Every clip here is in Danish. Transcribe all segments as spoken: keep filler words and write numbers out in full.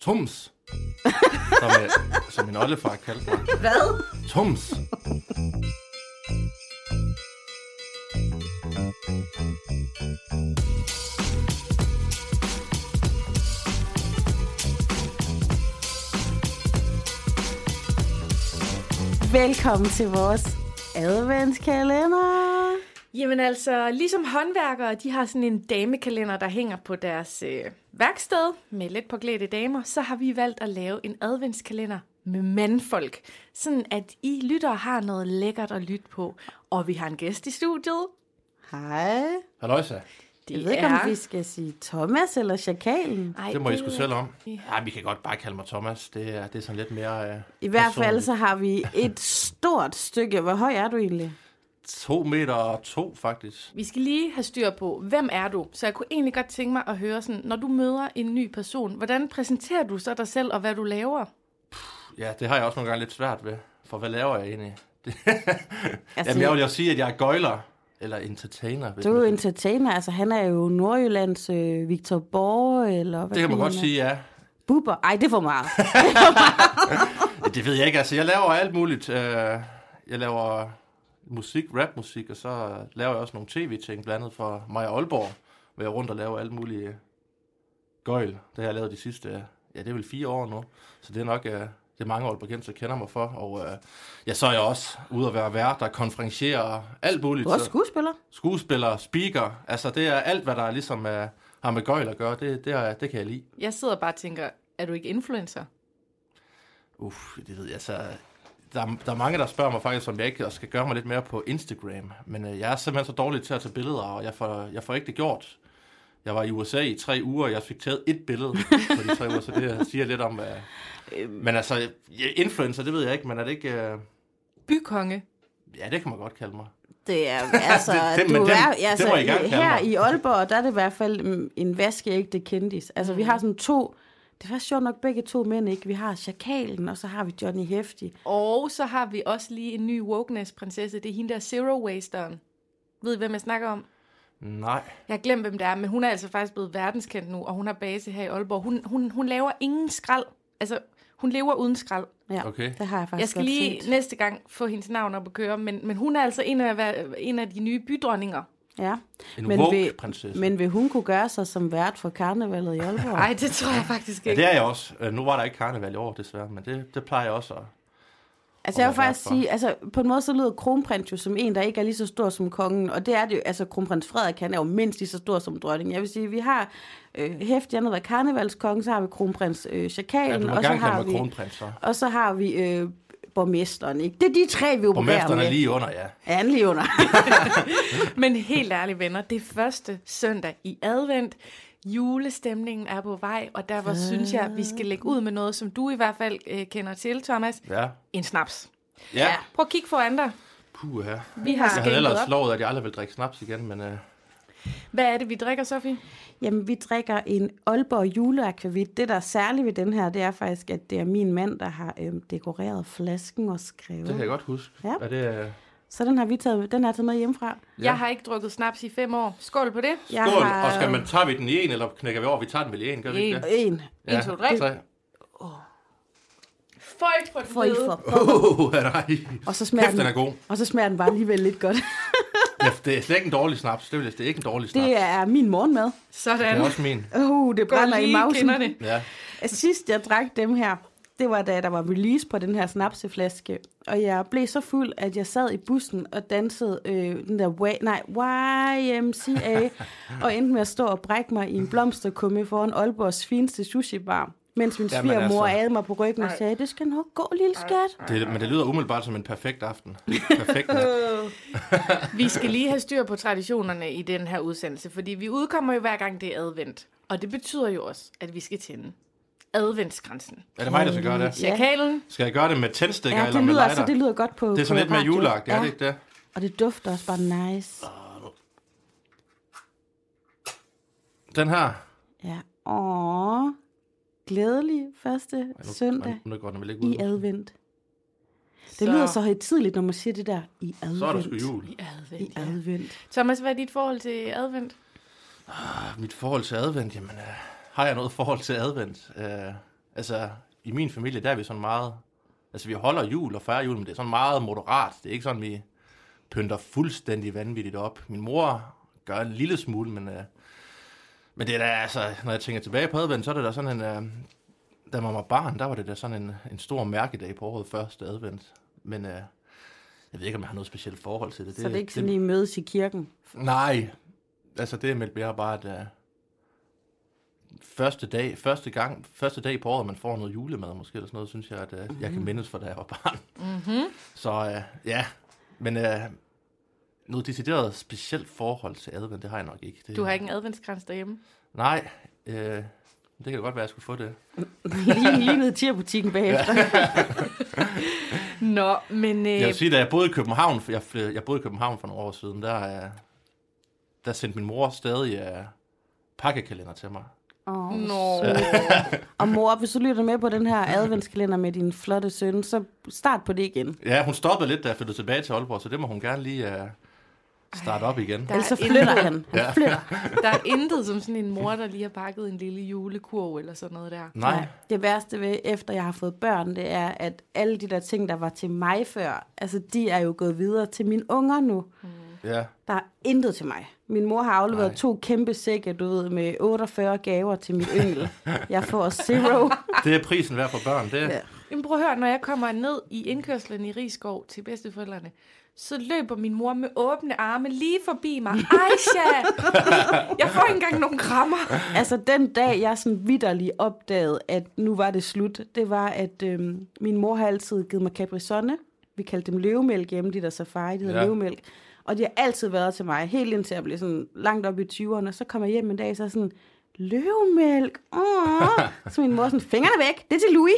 Tums. Som, jeg, som min oldefar kaldte mig. Hvad? Tums. Velkommen til vores adventskalender. Jamen altså, ligesom håndværkere, de har sådan en damekalender, der hænger på deres øh, værksted med let påklædte damer, så har vi valgt at lave en adventskalender med mandfolk, sådan at I lyttere har noget lækkert at lytte på. Og vi har en gæst i studiet. Hej. Halløjsa. Jeg ved ikke, om vi skal sige Thomas eller Chakalen. Ej, det må det... I sgu selv om. Ja, vi kan godt bare kalde mig Thomas. Det er, det er sådan lidt mere uh, I hvert fald så har vi et stort stykke. Hvor høj er du egentlig? To meter og to, faktisk. Vi skal lige have styr på, hvem er du? Så jeg kunne egentlig godt tænke mig at høre sådan, når du møder en ny person, hvordan præsenterer du så dig selv og hvad du laver? Ja, det har jeg også nogle gange lidt svært ved. For hvad laver jeg egentlig? altså, Jamen, jeg vil jo sige, at jeg er gøjler. Eller entertainer. Du er jo entertainer. Altså, han er jo Nordjyllands øh, Victor Borge, eller hvad det kan man godt sige, ja. Bubber? Ej, det er for meget. Det ved jeg ikke. Altså, jeg laver alt muligt. Jeg laver musik, rapmusik, og så laver jeg også nogle tv-ting, blandt andet for Maja Aalborg, hvor jeg rundt og laver alt muligt gøjl. Det har jeg lavet de sidste, ja, det er vel fire år nu. Så det er nok... Det er mange aalborgenser, der kender mig for, og øh, ja, så er jeg også ude at være vært, der konferencierer alt muligt. Du er også skuespiller? Skuespiller, speaker, altså det er alt, hvad der ligesom er, har med gøjl at gøre, det, det, er, det kan jeg lide. Jeg sidder bare og tænker, er du ikke influencer? Uff, det ved jeg så... Der, der er mange, der spørger mig faktisk, om jeg ikke skal gøre mig lidt mere på Instagram, men øh, jeg er simpelthen så dårlig til at tage billeder, og jeg får, jeg får ikke det gjort. Jeg var i U S A i tre uger, og jeg fik taget et billede på de tre uger, så det siger lidt om, hvad... Men altså, influencer, det ved jeg ikke, men er det ikke... Uh... Bykonge? Ja, det kan man godt kalde mig. Det er, altså, det, det, du dem, er, altså, det må I gerne kalde her mig. I Aalborg, der er det i hvert fald en vaskeægte kendis. Altså, mm. vi har sådan to... Det er faktisk sjovt nok begge to mænd, ikke? Vi har Chakalen, og så har vi Johnny Hefti. Og så har vi også lige en ny wokeness-prinsesse. Det er hende der zero-wasteren. Ved I, hvem jeg snakker om? Nej. Jeg har glemt, hvem det er, men hun er altså faktisk blevet verdenskendt nu, og hun har base her i Aalborg. Hun, hun, hun laver ingen skrald. Altså, hun lever uden skrald. Ja, okay. Det har jeg faktisk Jeg skal lige set. næste gang få hendes navn op at køre, men, men hun er altså en af, en af de nye bydronninger. Ja. En men woke-prinsesse. Vil, men vil hun kunne gøre sig som vært for karnevalet i Aalborg? Nej, det tror jeg faktisk ikke. Ja, det er jeg også. Nu var der ikke karneval i år, desværre, men det, det plejer jeg også at... Altså jeg vil faktisk sige, altså på en måde så lyder kronprins jo som en, der ikke er lige så stor som kongen, og det er det jo, altså kronprins Frederik, han er jo mindst lige så stor som dronningen. Jeg vil sige, vi har øh, Hefti, han har været karnevalskongen, så har vi kronprins øh, Chakalen, ja, og, så har vi, kronprins, så. og så har vi øh, borgmesteren, ikke? Det er de tre, vi opererer med. Borgmesteren er lige under, ja. Ja, han lige under. Men helt ærligt venner, det er første søndag i advent. Julestemningen er på vej, og derfor ja. synes jeg, at vi skal lægge ud med noget, som du i hvert fald øh, kender til, Thomas. Ja. En snaps. Ja. ja. Prøv at kigge foran dig. Puh, ja. Vi har jeg havde ellers lovet, at jeg aldrig vil drikke snaps igen, men... Øh... Hvad er det, vi drikker, Sofie? Jamen, vi drikker en Aalborg juleakvavit. Det, der er særligt ved den her, det er faktisk, at det er min mand, der har øh, dekoreret flasken og skrevet. Det kan jeg godt huske. Ja. Er det... Øh... Så den har vi taget, den har jeg taget med hjemmefra. Ja. Jeg har ikke drukket snaps i fem år. Skål på det. Jeg Skål, har... og skal man, tager vi den i en, eller knækker vi over? Vi tager den vel i en, gør vi ikke det? En. Ja. En, to, tre. tre. Oh. Føj for den Føj for Åh, nej. Og så smager Kæft, den er god. Og så smager den bare alligevel lidt godt. Ja, det er slet ikke en dårlig snaps. Det, vil jeg, det er ikke en dårlig snaps. Det er min morgenmad. Sådan. Det er også min. Uh, det brænder i mausen. Det. Ja. Sidst jeg drak dem her, det var da der var release på den her snapseflaske. Og jeg blev så fuld, at jeg sad i bussen og dansede øh, den der way, nej, Y M C A, og endte med at stå og brække mig i en blomsterkumme foran Aalborgs fineste sushi-bar. Mens min svigermor altså... adede mig på ryggen og sagde, det skal nok gå, lille skat. Det, men det lyder umiddelbart som en perfekt aften. Perfekt nat. Vi skal lige have styr på traditionerne i den her udsendelse, fordi vi udkommer jo hver gang det er advent. Og det betyder jo også, at vi skal tænde adventsgrænsen. Er det mig, der skal gøre det? Chakalen. Skal jeg gøre det med tændstikker ja, eller med lighter? Altså, det lyder godt på Det er sådan lidt mere juleagt, ja. er det ikke det? Og det dufter også bare nice. Den her. Ja, åh. Glædelig første ja, nu, søndag nu, nu godt, i advent. Det så. lyder så højtideligt, når man siger det der i advent. Så er der sgu jul. I advent, I ja. advent. Thomas, hvad er dit forhold til advent? Ah, mit forhold til advent, jamen, øh, har jeg noget forhold til advent? Øh, altså, i min familie, der er vi sådan meget... Altså, vi holder jul og fejrer jul, men det er sådan meget moderat. Det er ikke sådan, vi pynter fuldstændig vanvittigt op. Min mor gør en lille smule, men... Øh, men det er da, altså, når jeg tænker tilbage på advent, så er det da sådan en... Øh, da man var barn, der var det da sådan en, en stor mærkedag på året første advent. Men... Øh, jeg ved ikke, om jeg har noget specielt forhold til det. Så det er ikke sådan, I mødes i kirken? Nej. Altså, det er meldt mere bare, at uh, første dag, første gang, første dag på året, man får noget julemad, måske, eller sådan noget, synes jeg, at uh, mm-hmm. jeg kan mindes fra, da jeg var barn. Mm-hmm. Så uh, ja, men uh, noget decideret specielt forhold til advent, det har jeg nok ikke. Det, du har ikke en adventskrans derhjemme? Nej, uh, det kan godt være, at jeg skulle få det. lige, lige ned i tierbutikken bagefter. Nå, men... Øh... Jeg vil sige, da jeg boede i København, jeg, jeg boede i København for nogle år siden, der, uh, der sendte min mor stadig uh, pakkekalender til mig. Oh, Nå. Og mor, hvis du lytter med på den her adventskalender med din flotte søn, så start på det igen. Ja, hun stoppede lidt, da jeg flyttede tilbage til Aalborg, så det må hun gerne lige uh, starte op igen. Ellers så flytter han. Han ja. flytter. Der er intet som sådan en mor, der lige har pakket en lille julekurv eller sådan noget der. Nej. Nej. Det værste ved, efter jeg har fået børn, det er, at alle de der ting, der var til mig før, altså de er jo gået videre til mine unger nu. Mm. Ja. Der er intet til mig. Min mor har afleveret Nej. to kæmpe sække, du ved, med otteogfyrre gaver til mit yngel. Jeg får zero. Det er prisen værd for børn, det. Ja. Jamen prøv at høre, når jeg kommer ned i indkørslen i Rigskov til bedsteforældrene, så løber min mor med åbne arme lige forbi mig. Aisha! Jeg får ikke engang nogen krammer. Altså, den dag, jeg sådan vitterligt opdagede, at nu var det slut, det var, at øhm, min mor har altid givet mig Capri-Sonne. Vi kaldte dem løvemælk hjemme, de der safari, de hedder Ja. løvemælk. Og de har altid været til mig, helt indtil jeg blev sådan langt op i tyverne. Så kom jeg hjem en dag, så sådan, løvemælk, åh. Så min mor sådan, fingrene væk, det er til Louis.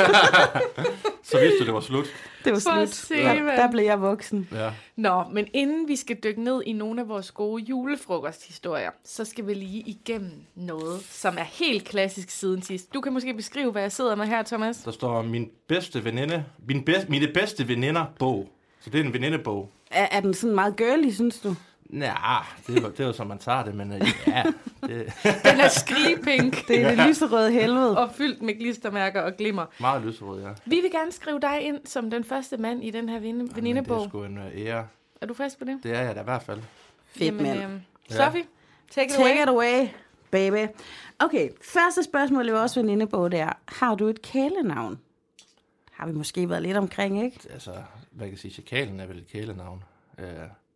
Så vidste du, det var slut. Det var For slut. se, Der, mand. der blev jeg voksen. Ja. Nå, men inden vi skal dykke ned i nogle af vores gode julefrokosthistorier, så skal vi lige igennem noget, som er helt klassisk siden sidst. Du kan måske beskrive, hvad jeg sidder med her, Thomas. Der står min bedste veninde, min bedste, mine bedste veninder bog. Så det er en venindebog. Er, er den sådan meget girly, synes du? Ja, det er jo, det er jo som man tager det, men uh, ja. Det Den er skrigpink Det er det lyserøde helvede. og fyldt med klistermærker og glimmer. meget lyserød, ja. Vi vil gerne skrive dig ind som den første mand i den her vene- Men det venindebog. er sgu en uh, ære. Er du frisk på det? Det er jeg da i hvert fald. Fedt, mand. øhm, Ja. Sophie, take it Take away. it away, baby. Okay, første spørgsmål i vores venindebog, det er, har du et kælenavn? Har vi måske været lidt omkring, ikke? Altså, hvad kan jeg sige, chakalen er vel et kælenavn. Uh,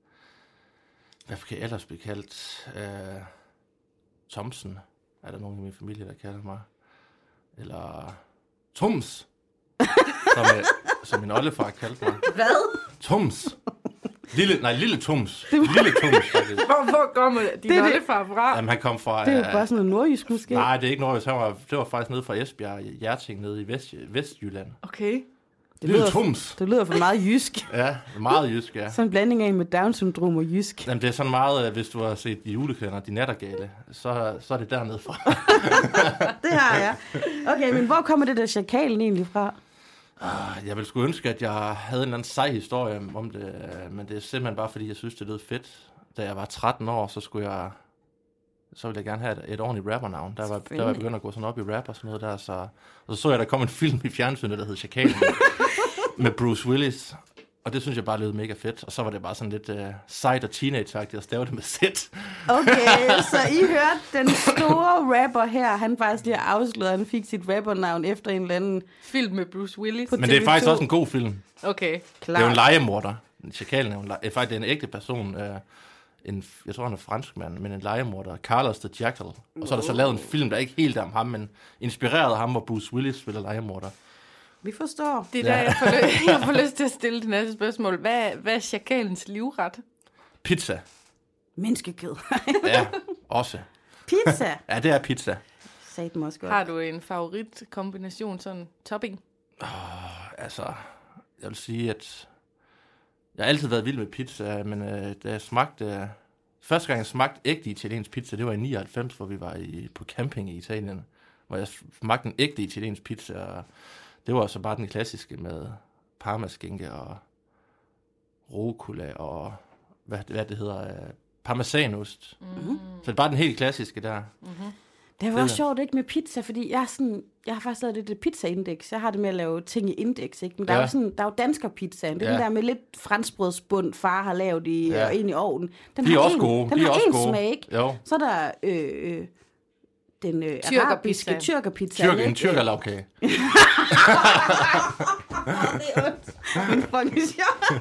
hvad kan jeg ellers blive kaldt? Uh, Thomsen. Er der nogen i min familie, der kalder mig? Eller Tums, som, uh, som min oldefar kaldte mig. Hvad? Tums. Lille, nej, lille Tums. Lille Tums, faktisk. Hvor, hvor kommer din det- oldefar fra? Jamen, han kom fra... Det er jo øh, bare sådan noget nordjysk, måske. Nej, det er ikke Norge. Han var, det var faktisk nede fra Esbjerg, Hjerting, nede i Vest, Vestjylland. Okay. Det Lille lyder, Tums. det lyder for meget jysk. Ja, meget jysk, ja. Sådan en blanding af en med Down-syndrom og jysk. Jamen, det er sådan meget, øh, hvis du har set de juleklæder, de nattergale, så, så er det dernede fra. Det har jeg. Okay, men hvor kommer det der chakalen egentlig fra? Jeg ville sgu ønske, at jeg havde en eller anden sej historie om det, øh, men det er simpelthen bare, fordi jeg synes, det lød fedt. Da jeg var tretten år, så skulle jeg... Så ville jeg gerne have et, et ordentligt rappernavn. Der var, der var jeg begyndt at gå sådan op i rap og sådan noget der. Så, og så så jeg, der kom en film i fjernsynet, der hed Chakalen, med Bruce Willis. Og det synes jeg bare lød mega fedt. Og så var det bare sådan lidt uh, sejt og teenage-agtigt at stave det med sæt. Okay, så I hørte den store rapper her. Han faktisk lige har afsløret, at han fik sit rappernavn efter en eller anden... Film med Bruce Willis. På Men det er T V faktisk to. også en god film. Okay. Det er jo en legemorder. Chakalen er jo en lege... Faktisk, det er en ægte person. Uh, en, jeg tror, han er franskmand, men en legemorder. Carlos the Jackal. Og så er der så lavet en film, der ikke helt er om ham, men inspireret af ham, hvor Bruce Willis spiller legemorder. Vi forstår. Det er der, jeg får, lyst, jeg får lyst til at stille det næste spørgsmål. Hvad, hvad er chakalens livret? Pizza. Menneskekød. Ja, også. Pizza. Ja, det er pizza. Sagde den også godt. Har du en favoritkombination, sådan topping? Altså, jeg vil sige, at jeg har altid været vild med pizza, men øh, da jeg smagte... Øh, første gang jeg smagte ægte italiensk pizza, det var i nioghalvfems, hvor vi var i, på camping i Italien, hvor jeg smagte en ægte italiensk pizza, og det var så bare den klassiske med parmaskinke og rucola og hvad, hvad det hedder, øh, parmesanost. Mm-hmm. Så det er bare den helt klassiske der. Mm-hmm. Det var Det også er- sjovt, ikke, med pizza, fordi jeg, er sådan, jeg har faktisk lavet lidt et pizza-indeks. Jeg har det med at lave ting i indeks, ikke? Men der, Ja. er jo sådan, der er jo danskerpizzaen. Det er Ja. den der med lidt franskbrødsbund, far har lavet i, Ja. ja. og ind i ovnen. Den De er har også en, gode. Den De er har også en gode. smag, ikke? Jo. Så er der øh, øh, den øh, Tyrkerpizzaen. arabiske tyrkerpizza. Tyrk, en tyrkerlavkage. Det er ondt. Men fucking sjovt.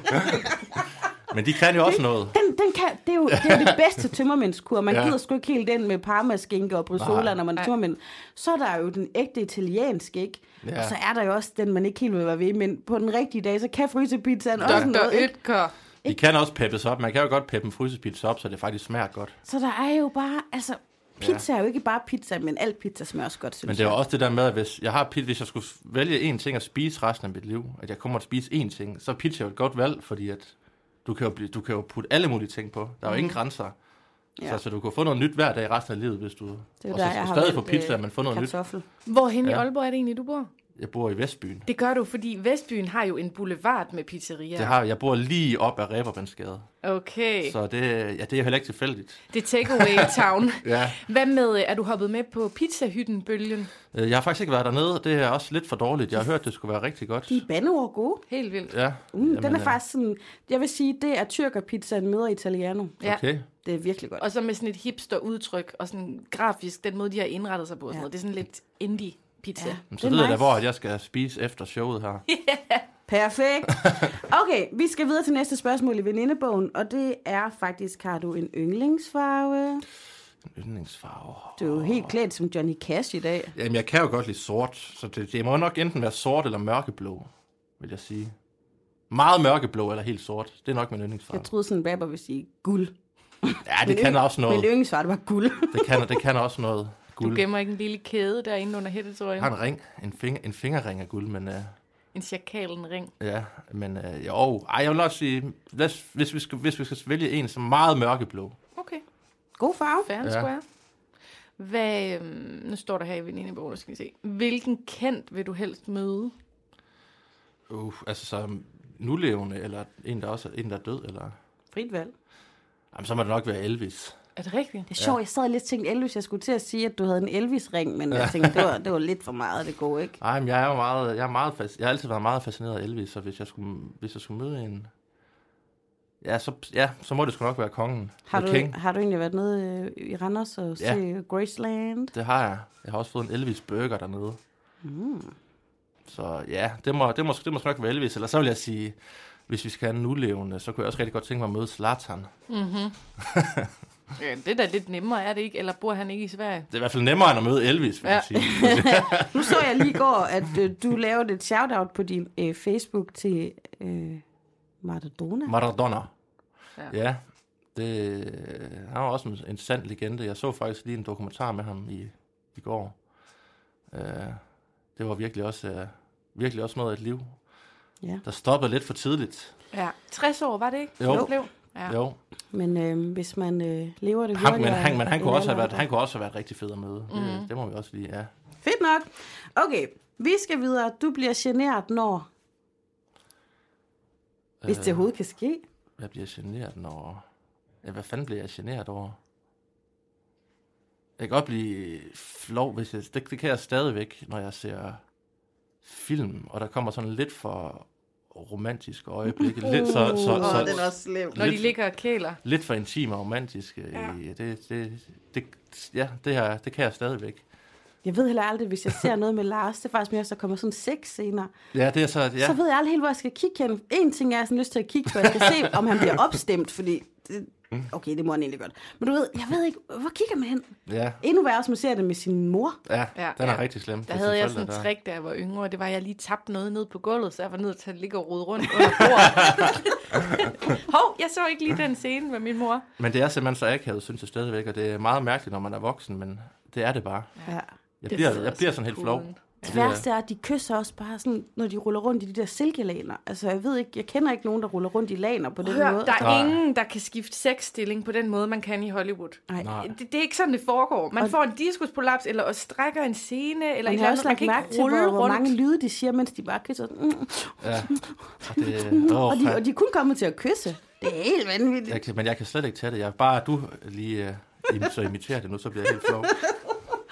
Men de kan jo også noget. Den, den kan, det, er jo, det er jo det bedste tømmermændskur. Man Ja. ja. gider sgu ikke helt den med parmaskinke og bresaola, Nej. når man er Nej. tømmermænd. Så er der jo den ægte italienske, ikke? Ja. Ja. Og så er der jo også den, man ikke helt vil være ved. Men på den rigtige dag, så kan frysepizzaen også doktor noget, ikke? Ytker. De kan også peppes op. Man kan jo godt peppe en frysepizza op, så det faktisk smager godt. Så der er jo bare, altså... Pizza er jo ikke bare pizza, men alt pizza smager også godt, synes Men det er jo jeg. også det der med, at hvis jeg, har, pizza, hvis jeg skulle vælge én ting at spise resten af mit liv, at jeg kommer til at spise én ting, så er pizza jo et godt valg, fordi at du kan jo, blive, du kan jo putte alle mulige ting på. Der er jo ingen grænser. Ja. Så, så du kan få noget nyt hver dag resten af livet, hvis du... Det er jo og der, så jeg har stadig få valgt, pizza, øh, men få noget nyt. kartoffel. Hvorhen ja. i Ja. Aalborg er det egentlig, du bor? Jeg bor i Vestbyen. Det gør du, fordi Vestbyen har jo en boulevard med pizzerier. Det har, jeg bor lige op ad Reberbandsgade. Okay. Så det, ja, det er heller ikke tilfældigt. Det er takeaway-town. Ja. Hvad med, er du hoppet med på pizzahytten-bølgen? Øh, Jeg har faktisk ikke været dernede. Det er også lidt for dårligt. Jeg har hørt, det skulle være rigtig godt. De er bandeord gode. Helt vildt. Ja. Mm, den Jamen, er øh, faktisk sådan... Jeg vil sige, det er tyrkerpizzaen møder italiano. Ja. Okay. Det er virkelig godt. Og så med sådan et hipster-udtryk, og sådan grafisk, den måde, de har indrettet sig på. Og sådan Ja. noget. Det er sådan lidt indie-pizza. Ja. Så Det er ved jeg da, nice. hvor jeg skal spise efter showet her. Perfekt. Okay, vi skal videre til næste spørgsmål i venindebogen, og det er faktisk, har du en yndlingsfarve? Yndlingsfarve. Du er jo helt klædt som Johnny Cash i dag. Jamen, jeg kan jo godt lide sort, så det, det må nok enten være sort eller mørkeblå, vil jeg sige. Meget mørkeblå eller helt sort. Det er nok min yndlingsfarve. Jeg troede sådan en rapper ville sige guld. Ja, det kan også Min noget. yndlingsfarve, det var guld. Det kan, det kan også noget Du guld. gemmer ikke en lille kæde derinde under hættetrøjen. Jeg har en ring, en, finger, en fingerring af guld, men uh, En chakalen ring. ja, men uh, jo, ej, jeg vil også sige, hvis, hvis, vi skal, hvis vi skal vælge en som meget mørkeblå. Okay, God farve. fair and Ja. square. Hvad, øhm, nu står der her i venindebogen, skal vi se. Hvilken kendt vil du helst møde? Uh, altså så nulevende, eller en, der også er, en, der er død, eller... Frit valg. Jamen, så må det nok være Elvis. Er det rigtigt? Det er sjovt, jeg sad lidt og tænkte Elvis. Jeg skulle til at sige, at du havde en Elvis-ring, men jeg tænkte, det var, det var lidt for meget, det gode, ikke? Ej, men jeg er jo meget, jeg er meget fas, jeg har altid været meget fascineret af Elvis, så hvis jeg skulle, hvis jeg skulle møde en, ja, så, ja, så må det sgu nok være kongen. Har The du, King. har du egentlig været nede øh, i Randers og Ja. se Graceland? Det har jeg. Jeg har også fået en Elvis burger dernede. Mm. Så ja, det må, det må, det må sgu nok være Elvis. Eller så vil jeg sige, hvis vi skal have en nulevende, så kunne jeg også rigtig godt tænke mig at møde Zlatan. Ja, det er da lidt nemmere, er det ikke? Eller bor han ikke i Sverige? Det er i hvert fald nemmere end at møde Elvis, vil Ja. jeg sige. Nu så jeg lige i går, at øh, du lavede et shout-out på din øh, Facebook til øh, Maradona. Maradona. Ja. Ja. ja, det, han var også en, en sand legende. Jeg så faktisk lige en dokumentar med ham i, i går. Uh, det var virkelig også, uh, virkelig også noget af et liv, Ja. der stoppede lidt for tidligt. Ja. tres år, var det ikke? Jo. Det blev? Ja. Jo, Men øh, hvis man øh, lever det han, men, hurtigere... han, men han, kunne end også have alle været, andre. han kunne også have været rigtig fed at møde. Mm. Det, det må vi også lige, ja. Fedt nok. Okay, vi skal videre. Du bliver generet, når... Hvis det overhovedet kan ske. Jeg bliver generet, når... Ja, hvad fanden bliver jeg generet over? Jeg kan godt blive flov, hvis jeg... Det, det kan jeg stadigvæk, når jeg ser film, og der kommer sådan lidt for romantiske øjeblikke. Lidt, så, så, så, Åh, så, den er også slem. Når de lidt- ligger og kæler. lidt for intime og romantiske. Ja. Ja. Det, det, det, ja, det, her, det kan jeg stadigvæk. Jeg ved heller aldrig, hvis jeg ser noget med Lars, det er faktisk mere, så kommer sådan seks scener. Ja, det er så... Ja. Ja. Så ved jeg aldrig helt, hvor jeg skal kigge hen. En ting, jeg har sådan lyst til at kigge på, jeg skal se, om han bliver opstemt, fordi... Det, okay, det må han egentlig godt. Men du ved, jeg ved ikke, hvor kigger man hen? Ja, Endnu værre, som man ser det med sin mor. ja, Ja. den er Ja. rigtig slem. Der for havde sine jeg forældre sådan en der. trick, da jeg var yngre. Det var, at jeg lige tabte noget ned på gulvet, så jeg var nødt til at ligge og rode rundt under bordet. Hov, jeg så ikke lige den scene med min mor. Men det er simpelthen så akavet, synes jeg stadigvæk, og det er meget mærkeligt, når man er voksen, men det er det bare. Ja. Jeg Det bliver, sidder jeg bliver så sådan helt cool. flov. Det værste er, at de kysser også bare sådan, når de ruller rundt i de der silkelaner. Altså, jeg ved ikke, jeg kender ikke nogen, der ruller rundt i laner på den Hør, måde. der er Nej. ingen, der kan skifte sexstilling på den måde, man kan i Hollywood. Nej. Nej. Det, det er ikke sådan, det foregår. Man Og- får en diskusprolaps, eller og strækker en scene, eller Man et har eller også andet. Man lagt kan mærke ikke til, rulle hvor, hvor rundt. mange lyde de siger, mens de bare kysser. Mm. Ja. Og, det, åh, Og, de, og de er kun kommet til at kysse. Det er helt vanvittigt. jeg, kan- men jeg kan slet ikke tage det. Jeg bare du lige uh, så imiterer det nu, så bliver jeg helt flov.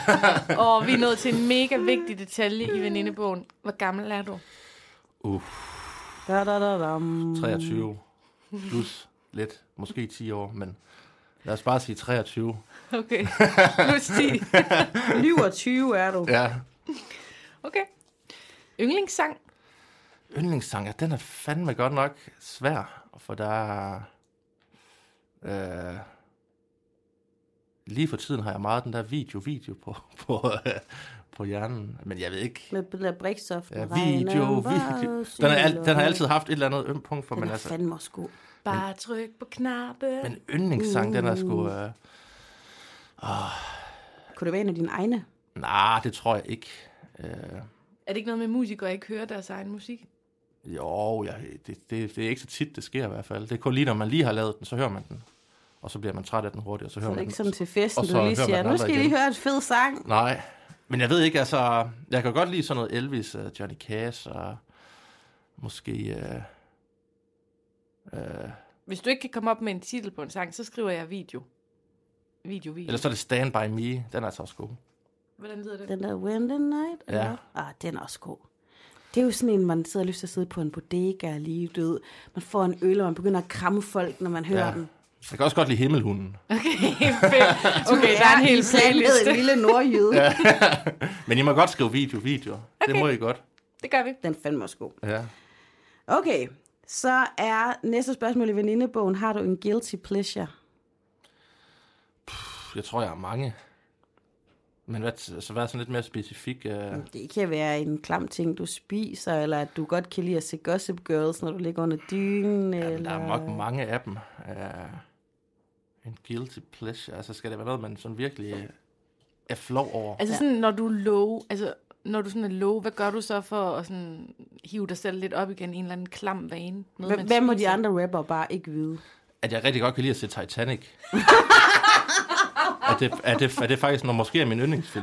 Og vi er nået til en mega vigtig detalje i venindebogen. Hvor gammel er du? Uh, Da, da, da, dam. treogtyve. Plus lidt. Måske ti år, men lad os bare sige treogtyve. Okay, plus ti. syvogtyve er du. Ja. Okay. Yndlingssang? Yndlingssang, ja, den er fandme godt nok svær, for der er... Øh, lige for tiden har jeg meget den der video-video på, på, øh, på hjernen, men jeg ved ikke... Med den der Brixtoft. Ja, video, video. Den, er al, den har altid haft et eller andet ømt punkt for, Den men er altså... fandme også god. Bare tryk på knappen. Men yndlingssang, den er sgu... Øh, Kunne det være en af dine egne? nej, det tror jeg ikke. Øh, Er det ikke noget med, musikere ikke hører deres egen musik? jo, ja, det, det, det er ikke så tit, det sker i hvert fald. Det er kun lige, når man lige har lavet den, så hører man den. Og så bliver man træt af den hurtigt, og så hører Så er det man ikke den. sådan til festen, og så du lige hører siger, man den nu aldrig skal I lige igen. høre et fed sang. Nej, men jeg ved ikke, altså... Jeg kan godt lide sådan noget Elvis, uh, Johnny Cash og måske... Uh, uh, Hvis du ikke kan komme op med en titel på en sang, så skriver jeg video. Video, video. eller så er det Stand By Me, den er altså også god. Hvordan lyder det? Den der When the Night. Ja. eller? Ah, den er også god. Det er jo sådan en, man sidder og lyst til at sidde på en bodega og lige død. Man får en øl, og man begynder at kramme folk, når man hører Ja. den. Jeg kan også godt lide Himmelhunden. Okay, fedt. Okay, der er en hel playlist. en lille nordjyde. Ja. Men I må godt skrive video, video. Okay. Det må I godt. Det gør vi. Den er fandme også god. Ja. Okay, så er næste spørgsmål i venindebogen. Har du en guilty pleasure? Jeg tror, jeg har mange. Men hvad, så hvad er sådan lidt mere specifik? Uh... Det kan være en klam ting, du spiser, eller at du godt kan lide at se Gossip Girls, når du ligger under dynen. Ja, eller... der er nok mange af dem. Uh... En guilty pleasure. Altså skal det være noget, man sådan virkelig er flov over? Altså sådan, når du er low, altså når du sådan er low, hvad gør du så for at sådan hive dig selv lidt op igen i en eller anden klam vane? Noget, Hvem, man hvem må de spiser? andre rapper bare ikke vide? At jeg rigtig godt kan lide at se Titanic. er, det, er, det, er det faktisk, når måske er min yndlingsfilm?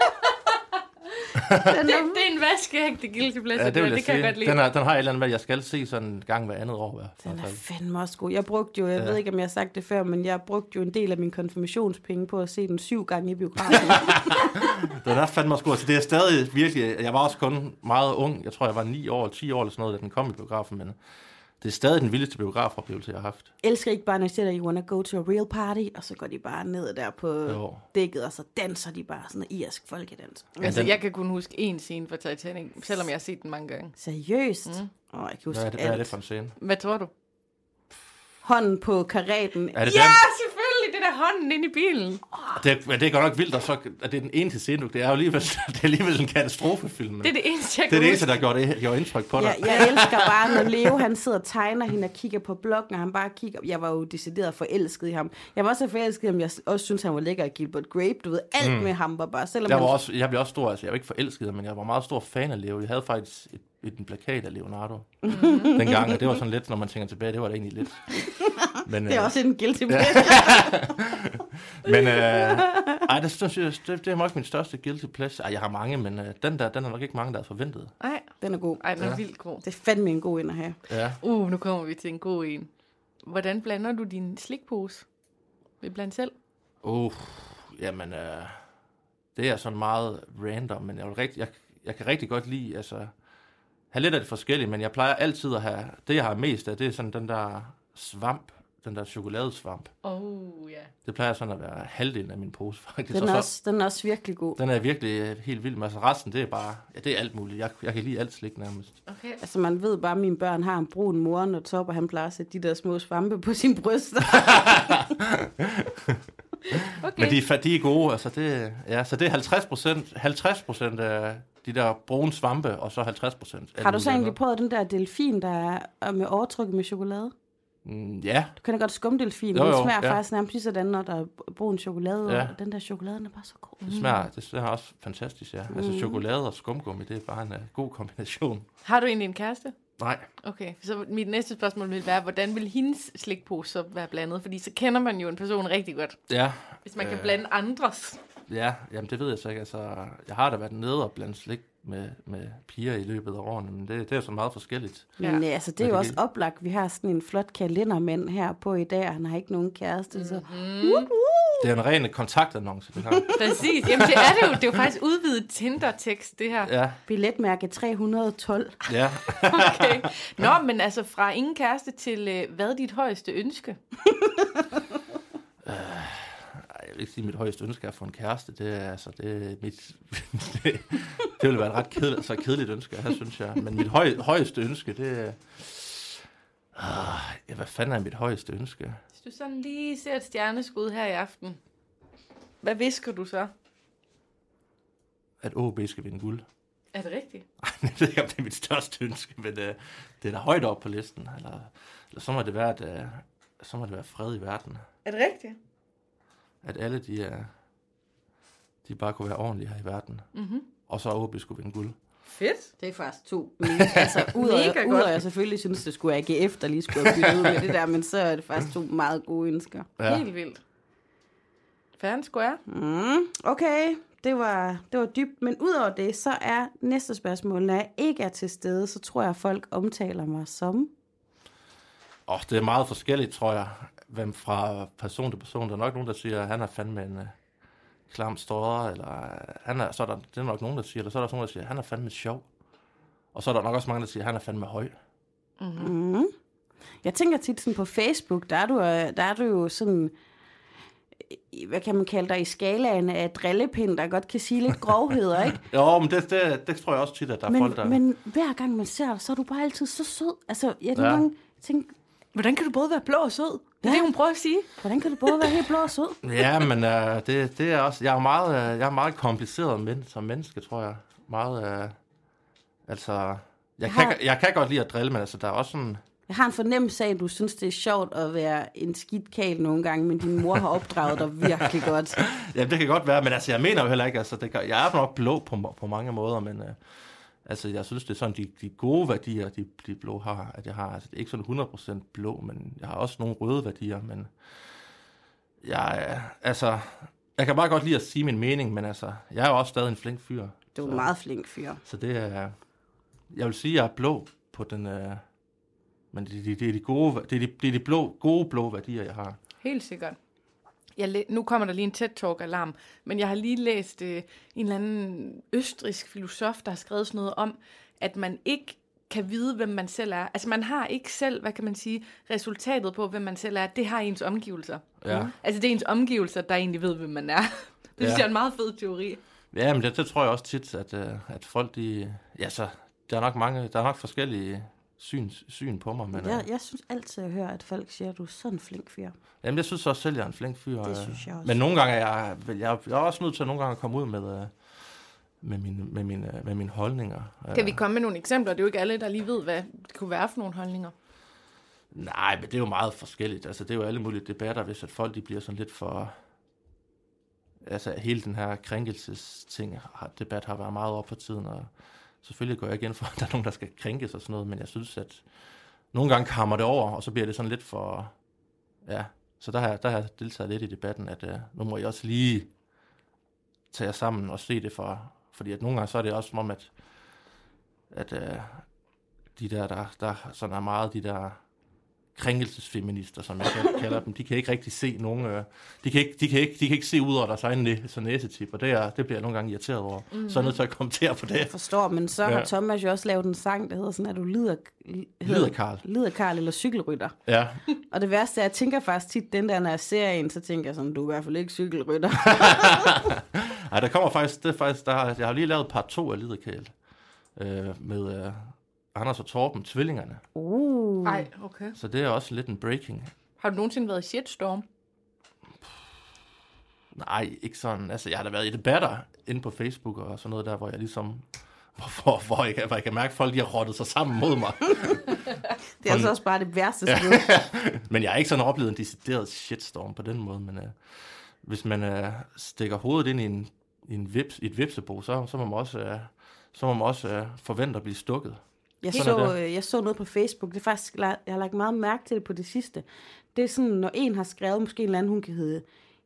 det, det er en vaskeægte guilty pleasure, Ja, det, vil jeg det kan sige. jeg godt lide. Den, er, den har et eller andet med, jeg skal se sådan en gang hver andet år. I hvert Den er fald. fandme også god. Jeg brugte jo, jeg Ja. ved ikke, om jeg har sagt det før, men jeg brugte jo en del af min konfirmationspenge på at se den syv gange i biografen. Den er fandme også god. Så det er stadig virkelig... Jeg var også kun meget ung. Jeg tror, jeg var ni år, ti år eller sådan noget, da den kom i biografen. Men det er stadig den vildeste biografoplevelse, jeg har haft. Elsker ikke bare, når de siger, you wanna go to a real party, og så går de bare ned der på Jo. dækket, og så danser de bare sådan en irsk folkedans. Altså, den- jeg kan kun huske én scene fra Titanic, selvom jeg har set den mange gange. Seriøst? Mm. Åh, jeg kan huske Hvad er det, hvad er det alt. for en scene? Hvad tror du? Hånden på karaten. Er det Ja, den? selvfølgelig! Det der hånden inde i bilen. Det er, det er godt nok vildt, og så at det er den eneste scene, det er jo alligevel, det er alligevel en katastrofefilm. Det er det eneste, jeg det er kan det eneste, huske. der gjorde, det, gjorde indtryk på dig. Jeg, jeg elsker bare, når Leo han sidder og tegner hende og kigger på blokken, og han bare kigger. Jeg var jo decideret forelsket i ham. Jeg var også så forelsket i ham, jeg også synes, han var lækker i Gilbert Grape. Du ved, alt mm. med ham var bare... Selvom Jeg, var han... også, jeg blev også stor, altså jeg var ikke forelsket, men jeg var meget stor fan af Leo. Jeg havde faktisk et, et, en plakat af Leonardo mm-hmm. dengang, og det var sådan lidt, når man tænker tilbage, det var da egentlig lidt. Men, Det er øh, også en guilty pleasure. Men øh, ej, det, synes jeg, det, det er nok min største guilty pleasure. Ej, jeg har mange, men øh, den der, den er nok ikke mange, der havde forventet. Nej, Den er god. ej, den er Ja. vildt god. Det er fandme en god ind at have. Ja. Uh, nu kommer vi til en god en. Hvordan blander du din slikpose? Vil blande selv? Uh, jamen, øh, det er sådan meget random, men jeg, vil rigtig, jeg, jeg kan rigtig godt lide, altså, have lidt af det forskellige, men jeg plejer altid at have, det jeg har mest af, det er sådan den der svamp, den der chokoladesvamp. Oh, ja. Det plejer sådan at være halvdelen af min pose, faktisk. Den Og er, så, også, den er også virkelig god. den er virkelig øh, helt vild, men altså resten, det er bare, ja, det er alt muligt. Jeg, jeg kan lide alt slik nærmest. Okay. Altså, man ved bare, at mine børn har en brun mor, når Top, og han plejer at sætte de der små svampe på sin bryster. Okay. Men de, er fa- de er gode, altså det, ja, så det er halvtreds procent, halvtreds procent af de der brune svampe, og så halvtreds procent. Har du så egentlig prøvet den der delfin, der er med overtrykket med chokolade? Mm, ja, Du kan da godt skumdelfin. Jo, Den jo, smager ja. faktisk nærmest lige sådan, når der er brun chokolade. Ja. Og den der chokolade, den er bare så god. det smager, det smager også fantastisk, ja. Altså chokolade og skumgummi, det er bare en uh, god kombination. Har du egentlig en kæreste? Nej, Okay, så mit næste spørgsmål vil være, hvordan vil hendes slikpose så være blandet? Fordi så kender man jo en person rigtig godt, ja, hvis man kan Øh. blande andres. ja, jamen det ved jeg så ikke. Altså, jeg har da været nede og blandt slik med, med piger i løbet af årene, men det, det er jo så meget forskelligt. Men Ja. ja. altså, det er Men jo det også kan- oplagt. Vi har sådan en flot kalendermand her på i dag, og han har ikke nogen kæreste. Så. Mm. Uh, uh. Det er en ren kontaktannonce, det her. Præcis. Jamen, det er det jo. Det er jo faktisk udvidet Tinder-tekst, det her. Ja. Billetmærke tre hundrede og tolv. Ja. Okay. Nå, men altså fra ingen kæreste til, øh, hvad er dit højeste ønske? uh, jeg vil ikke sige, at mit højeste ønske er at få en kæreste. Det er, altså, det er mit... det, det ville være et ret kedeligt, så kedeligt ønske, her, synes jeg. Men mit høj, højeste ønske, det er... Uh, ja, hvad fanden er mit højeste ønske? Hvis du sådan lige ser et stjerneskud her i aften, hvad visker du så? At O B skal vinde guld. Er det rigtigt? Jeg ved ikke, om det er mit største ønske, men uh, det er da højt op på listen. Eller, eller så må det være, at, uh, så må det være fred i verden. Er det rigtigt? At alle, de, uh, de bare kunne være ordentlige her i verden. Mm-hmm. Og så O B skulle vinde guld. Fedt. Det er faktisk to. Altså, udover jeg selvfølgelig synes, det skulle A G F, der lige skulle have byttet ud med det der, men så er det faktisk to meget gode ønsker. Ja. Helt vildt. Fair square. Mm, okay, det var, det var dybt. Men udover det, så er næste spørgsmål, når jeg ikke er til stede, så tror jeg, at folk omtaler mig som... Åh, oh, det er meget forskelligt, tror jeg. Hvem fra person til person. Der er nok nogen, der siger, at han er fandme en uh, klam stodder, eller uh, han er, så er der, det er nok nogen, der siger, eller så er der også nogen, der siger, at han er fandme sjov. Og så er der nok også mange, der siger, at han er fandme høj. Mm-hmm. Mm. Jeg tænker tit sådan på Facebook, der er du, der er du jo sådan... hvad kan man kalde dig, i skalaen af drillepind, der godt kan sige lidt grovheder, ikke? Jo, men det, det, det tror jeg også tit, at der men, er folk, der... Men hver gang man ser dig, så er du bare altid så sød. Altså, jeg Ja. nogle gange tænker, Hvordan kan du både være blå og sød? Det er Ja. det, hun prøver at sige. hvordan kan du både være helt blå og sød? Ja, men uh, det, det er også... Jeg er meget, uh, jeg er meget kompliceret men, som menneske, tror jeg. Meget... Uh, altså... Jeg, Jeg kan, har- jeg kan godt lide at drille, men altså, der er også sådan... Jeg har en fornemmelse af, at du synes, det er sjovt at være en skidt kæl nogle gange, men din mor har opdraget dig virkelig godt. Ja, det kan godt være, men altså, jeg mener jo heller ikke, altså, det kan, jeg er nok blå på, på mange måder, men uh, altså, jeg synes, det er sådan, de, de gode værdier, de, de blå har, at jeg har, altså, det er ikke sådan hundrede procent blå, men jeg har også nogle røde værdier, men jeg, uh, altså, jeg kan bare godt lide at sige min mening, men altså, jeg er jo også stadig en flink fyr. Du er så, en meget flink fyr. Så det er, jeg vil sige, at jeg er blå på den, uh, men det, det, det er de gode, det er de, det er de blå, gode blå værdier, jeg har. Helt sikkert. Jeg læ- nu kommer der lige en TED-talk-alarm, men jeg har lige læst øh, en eller anden østrigsk filosof, der har skrevet sådan noget om, at man ikke kan vide, hvem man selv er. Altså man har ikke selv, hvad kan man sige, resultatet på, hvem man selv er. Det har ens omgivelser. Ja. Altså det er ens omgivelser, der egentlig ved, hvem man er. Det synes Ja. jeg er en meget fed teori. Ja, men det, det tror jeg også tit, at, uh, at folk, de... Ja, så der er nok mange... Der er nok forskellige syn, syn på mig, men... Jeg, uh, jeg synes altid, at jeg hører, at folk siger, at du er sådan en flink fyr. Jamen, jeg synes også selv, jeg er en flink fyr. Det øh, synes jeg også. Men nogle gange er jeg... vel, Jeg, jeg er også nødt til at nogle gange komme ud med, uh, med, mine, med, mine, med mine holdninger. Kan vi komme med nogle eksempler? Det er jo ikke alle, der lige ved, hvad det kunne være for nogle holdninger. Nej, men det er jo meget forskelligt. Altså, det er jo alle mulige debatter, hvis at folk de bliver sådan lidt for... Altså, hele den her krænkelsesting, har, debat har været meget op på tiden, og selvfølgelig går jeg igen for, at der er nogen, der skal krænkes og sådan noget, men jeg synes, at nogle gange kammer det over, og så bliver det sådan lidt for... Ja, så der har, jeg- der har jeg deltaget lidt i debatten, at uh, nu må jeg også lige tage jer sammen og se det for... Fordi at nogle gange så er det også som om, at, at uh, de der, der, der sådan er meget de der krænkelsesfeminister, som jeg kal- kalder dem, de kan ikke rigtig se nogen, øh, de, kan ikke, de, kan ikke, de kan ikke se ud over deres egen næ- så næsetip, og det, er, det bliver jeg nogle gange irriteret over. Mm-hmm. Så er jeg nødt til at kommentere på det. Jeg forstår, men så har Ja. Thomas jo også lavet en sang, der hedder sådan, at du lider... Lider Karl. Lider Karl eller cykelrytter. Ja. Og det værste er, jeg tænker faktisk tit, den der, når jeg ser en, så tænker jeg sådan, du er i hvert fald ikke cykelrytter. Ej, der kommer faktisk, det er faktisk, der har, jeg har lige lavet part to af Liderkæl, øh, med øh, Anders og Torben, tvillingerne. Uh. Nej, okay. Så det er også lidt en breaking. Har du nogensinde været i shitstorm? Nej, ikke sådan. Altså, jeg har da været i debatter inde på Facebook og sådan noget der, hvor jeg ligesom... Hvor, hvor, hvor, jeg, hvor jeg kan mærke, at folk de har rottet sig sammen mod mig. Det er altså også bare det værste sted. Men jeg har ikke sådan oplevet en decideret shitstorm på den måde. Men uh, hvis man uh, stikker hovedet ind i, en, i, en vips, i et vipsebo, så, så må man også, uh, så må man også uh, forvente at blive stukket. Jeg Sådan er så, øh, jeg så noget på Facebook, det er faktisk, jeg har lagt meget mærke til det på det sidste. Det er sådan, når en har skrevet, måske en eller anden, hun kan hedde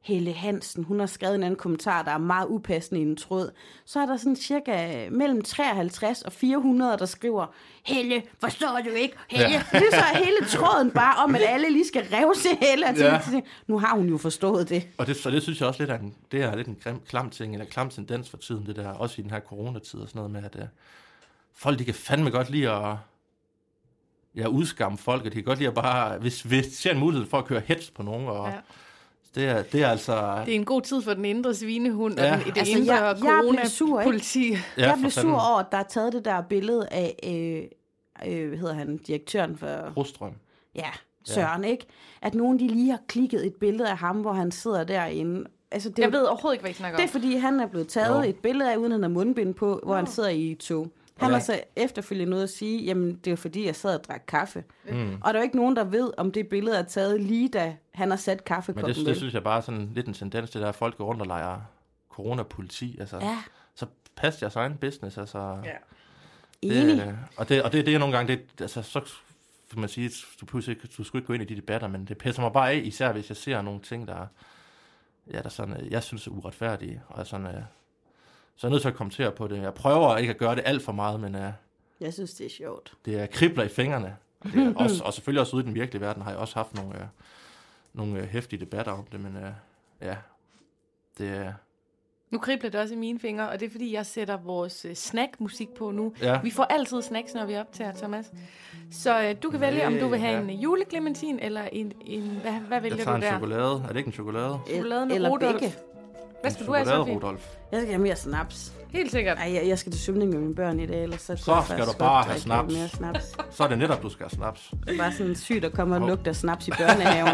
Helle Hansen, hun har skrevet en anden kommentar, der er meget upassende i en tråd. Så er der sådan cirka mellem treoghalvtreds og fire hundrede, der skriver, Helle, forstår du ikke? Helle. Ja. Det er så hele tråden bare om, at alle lige skal revse Helle. Ja. Nu har hun jo forstået det. Og det, så det synes jeg også lidt er en, det er lidt en klam, klam ting, eller klam tendens for tiden, det der, også i den her coronatid og sådan noget med, at uh, folk, de kan fandme godt lide at ja, udskamme folk, og de kan godt lide at bare, hvis, hvis de ser en mulighed for at køre hets på nogen, og ja. Det er, det er altså... Det er en god tid for den indre svinehund ja. og den, det altså, indre jeg, corona-politi. Jeg, ja, jeg blev sur over, at der er taget det der billede af, øh, øh, hvad hedder han, direktøren for... Rostrøm. Ja, Søren, ja. Ikke? At nogen de lige har klikket et billede af ham, hvor han sidder derinde. Altså, det jeg jo, ved overhovedet ikke, hvad I snakker om. Det er, fordi han er blevet taget jo. et billede af, uden han har mundbind på, hvor oh. han sidder i et tog. Han ja. har så efterfølgende noget at sige, jamen det er fordi, jeg sad og drak kaffe. Mm. Og der er jo ikke nogen, der ved, om det billede er taget lige da han har sat kaffekoppen. Men det, det synes jeg bare er sådan lidt en tendens, det der, at folk går rundt og leger coronapoliti. Altså, ja. Så pas jeres egen business. Altså, ja. Det, og, det, og det, det er nogle gange, det, altså, så vil man sige, du, du skulle ikke gå ind i de debatter, men det pisser mig bare af, især hvis jeg ser nogle ting, der, ja, der sådan, jeg synes er uretfærdige. Og sådan, så er jeg nødt til at kommentere på det. Jeg prøver ikke at gøre det alt for meget, men uh, jeg synes, det er sjovt. Det er kribler i fingrene. Og, det er også, og selvfølgelig også ude i den virkelige verden har jeg også haft nogle, uh, nogle uh, heftige debatter om det, men uh, ja, det er... Uh, nu kribler det også i mine fingre, og det er fordi, jeg sætter vores uh, snackmusik på nu. Ja. Vi får altid snacks, når vi optager, Thomas. Så uh, du kan vælge, om du vil have ja. en juleklementin, eller en... en hvad, hvad vælger du der? Jeg tager en chokolade. Er det ikke en chokolade? Chokolade med eller Rudolf. Begge. Hvad skal du have, Sofie? Rudolf. Jeg skal have mere snaps. Helt sikkert. Ej, jeg, jeg skal til svømning med mine børn i dag, ellers så, så skal du bare have snaps. Mere snaps. Så er det netop, du skal have snaps. Det er bare sådan sygt at komme og lugte af snaps i børnehaven.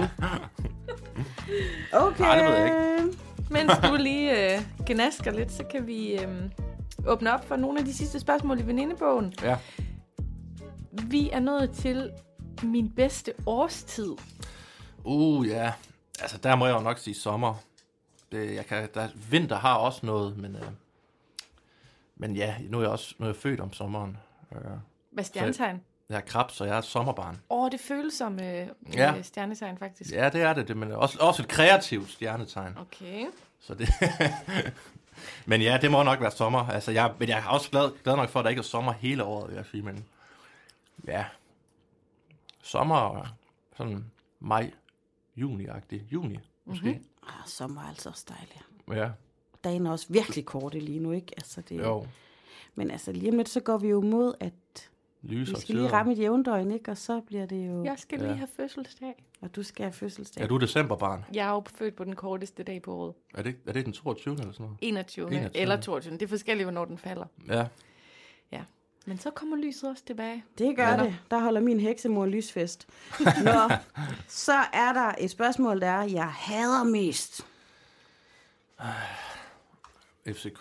Okay. Nej, det ved jeg ikke. Mens du lige øh, gnasker lidt, så kan vi øh, åbne op for nogle af de sidste spørgsmål i venindebogen. Ja. Vi er nået til min bedste årstid. Uh, ja. Altså, der må jeg jo nok sige sommer. Det, jeg kan, der, vinter har også noget, men, øh, men ja, nu er jeg også nu er jeg født om sommeren. Øh, Hvad stjernetegn? Jeg er krebs, så jeg er et sommerbarn. Åh, oh, det føles som øh, ja. stjernetegn, faktisk. Ja, det er det, det men også, også et kreativt stjernetegn. Okay. Så det men ja, det må nok være sommer. Altså, jeg, men jeg er også glad, glad nok for, at der ikke er sommer hele året, vil jeg sige, men ja, sommer, sådan maj, juni-agtig. Juni, måske. Mm-hmm. Ah, sommer er altså også dejligt. Ja. Dagen er også virkelig korte lige nu, ikke? Altså, det, jo. Men altså, lige om lidt, så går vi jo mod, at Lyser vi skal lige ramme et jævndøgn, ikke? Og så bliver det jo... Jeg skal lige ja. have fødselsdag. Og du skal have fødselsdag. Er du decemberbarn? Jeg er jo født på den korteste dag på året. Er det, er det den toogtyvende eller sådan noget? enogtyvende, enogtyvende eller toogtyvende. Det er forskelligt, hvornår den falder. Ja. Ja. Men så kommer lyset også tilbage. Det gør ja. det. Der holder min heksemor lysfest. Nå, så er der et spørgsmål, der er, jeg hader mest. F C K.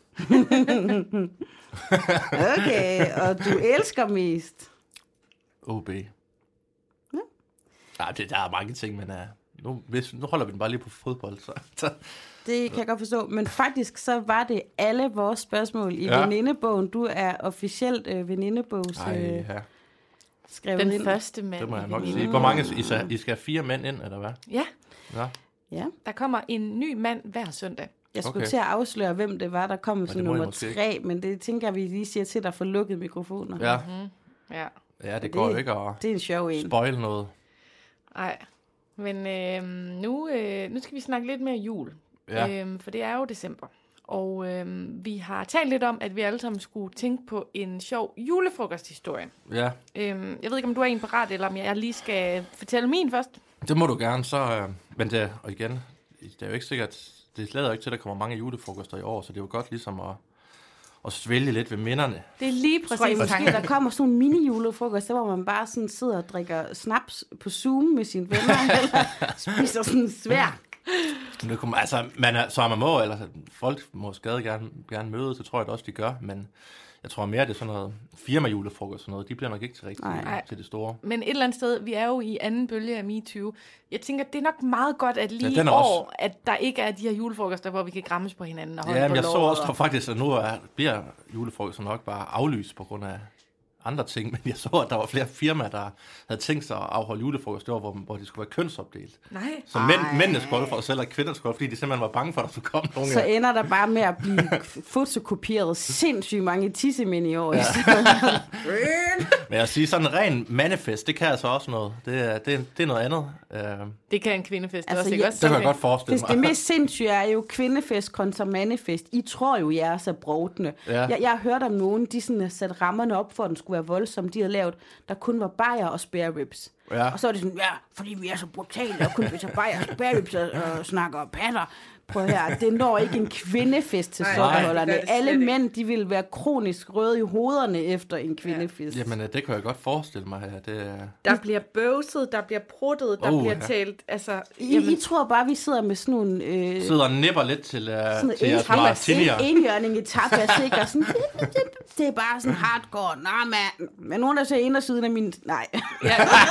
Okay, og du elsker mest? O B. Ja. Ja, det, der er mange ting, men uh, nu, hvis, nu holder vi den bare lige på fodbold. Så, så. Det kan jeg godt forstå, men faktisk så var det alle vores spørgsmål i ja. venindebogen. Du er officielt øh, venindebogs Ej, ja. skrevet den ind. Den første mand. Det må jeg nok sige. Hvor mange, I skal, I skal have fire mænd ind, eller hvad? Ja. Ja. Ja. Der kommer en ny mand hver søndag. Jeg skulle okay. til at afsløre, hvem det var, der kom som nummer tre, men det tænker vi lige siger til, at der får lukket mikrofoner. Ja. Mm-hmm. Ja. Ja, det, det går jo ikke at det er en sjov en. spoil noget. Nej, men øh, nu, øh, nu skal vi snakke lidt mere jul. Ja. Øhm, for det er jo december. Og øhm, vi har talt lidt om, at vi alle sammen skulle tænke på en sjov julefrokosthistorie. Ja. Øhm, jeg ved ikke, om du er en parat, eller om jeg lige skal fortælle min først. Det må du gerne, så... Øh, men det, og igen, det er jo ikke sikkert... Det lader jo ikke til, at der kommer mange julefrokoster i år, så det er jo godt ligesom at, at svælge lidt ved minderne. Det er lige præcis tanken. Der kommer sådan nogle mini-julefrokoster, hvor man bare sådan sidder og drikker snaps på Zoom med sine venner, eller spiser sådan svær. Det kunne, altså, man er, så man må, eller folk må skade gerne, gerne møde, det tror jeg også, de gør, men jeg tror mere, det er sådan noget firma-julefrokost, sådan noget, de bliver nok ikke til rigtigt til det store. Men et eller andet sted, vi er jo i anden bølge af MeToo. Jeg tænker, det er nok meget godt, at lige ja, i år, også... at der ikke er de her julefrokoster, hvor vi kan grammes på hinanden og holde ja, på men jeg lov, så også og... faktisk, at nu er, bliver julefrokoster nok bare aflyst på grund af andre ting, men jeg så, at der var flere firmaer, der havde tænkt sig at afholde julefrokost, det var, hvor, hvor de skulle være kønsopdelt. Nej. Så mænd, mændene skulle holde for sig selv, og kvinder skulle holde, fordi de simpelthen var bange for, at der skulle komme nogen. Så ender der bare med at blive fotokopieret sindssygt mange tissemænd i år. Ja. Men jeg siger, sådan en ren mandefest, det kan altså også noget. Det er, det er, det er noget andet. Uh, det kan en kvindefest altså, også, ikke ja, også? Det kan jeg godt forestille det, mig. Det mest sindssyge er jo kvindefest kontra mandefest. I tror jo, jeg er så brovtende. Ja. Jeg, jeg har hørt om nogen, de sådan har sat rammerne op for, at den skulle være voldsom. De havde lavet, der kun var bajer og spare ribs. Ja. Og så er det sådan, ja, fordi vi er så brutale, og kun vi tager bajer og spare ribs og, og snakker og patter. Prøv her, det når ikke en kvindefest til sukkerholderne. Alle mænd, de vil være kronisk røde i hovederne efter en kvindefest. Ja. Jamen, det kan jeg godt forestille mig her. Det er... Der bliver bøvset, der bliver pruttet, der oh, bliver ja. talt. Altså, I, I tror bare, vi sidder med sådan nogle... Øh, sidder og nipper lidt til, uh, til jeres en, martinier. En enhjørning i tapas, ikke? Og sådan, det er bare sådan hardcore. Nej, mand. Men nogen, der ser en af siden af min... Nej. Ja.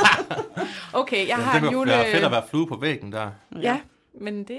Okay, jeg har ja, en jule... Det er fedt at være flue på væggen der. Ja, men det...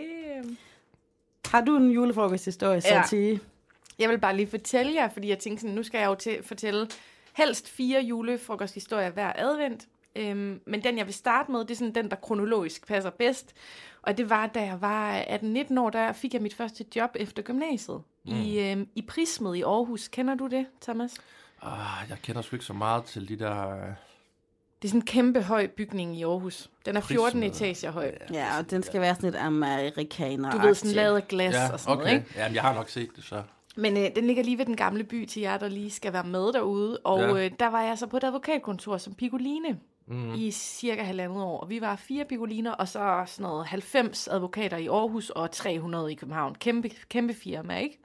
Har du en julefrokosthistorie, så ja. at sige? Jeg vil bare lige fortælle jer, fordi jeg tænkte sådan, nu skal jeg jo til fortælle helst fire julefrokosthistorier hver advent. Øhm, men den, jeg vil starte med, det er sådan den, der kronologisk passer bedst. Og det var, da jeg var atten nitten år, der fik jeg mit første job efter gymnasiet. Mm. I, øhm, i Prismed i Aarhus. Kender du det, Thomas? Ah, jeg kender sgu ikke så meget til de der... Det er sådan en kæmpe høj bygning i Aarhus. Den er fjorten etager høj. Ja, og den skal være sådan lidt amerikaner. Du ved, sådan lavet af glas ja, og sådan okay. noget, ikke? Ja, jeg har nok set det så. Men øh, den ligger lige ved den gamle by til jer, der lige skal være med derude. Og ja. øh, der var jeg så på et advokatkontor som piccoline mm. i cirka halvandet år. Og vi var fire piccoliner, og så sådan noget halvfems advokater i Aarhus og tre hundrede i København. Kæmpe, kæmpe firma, ikke?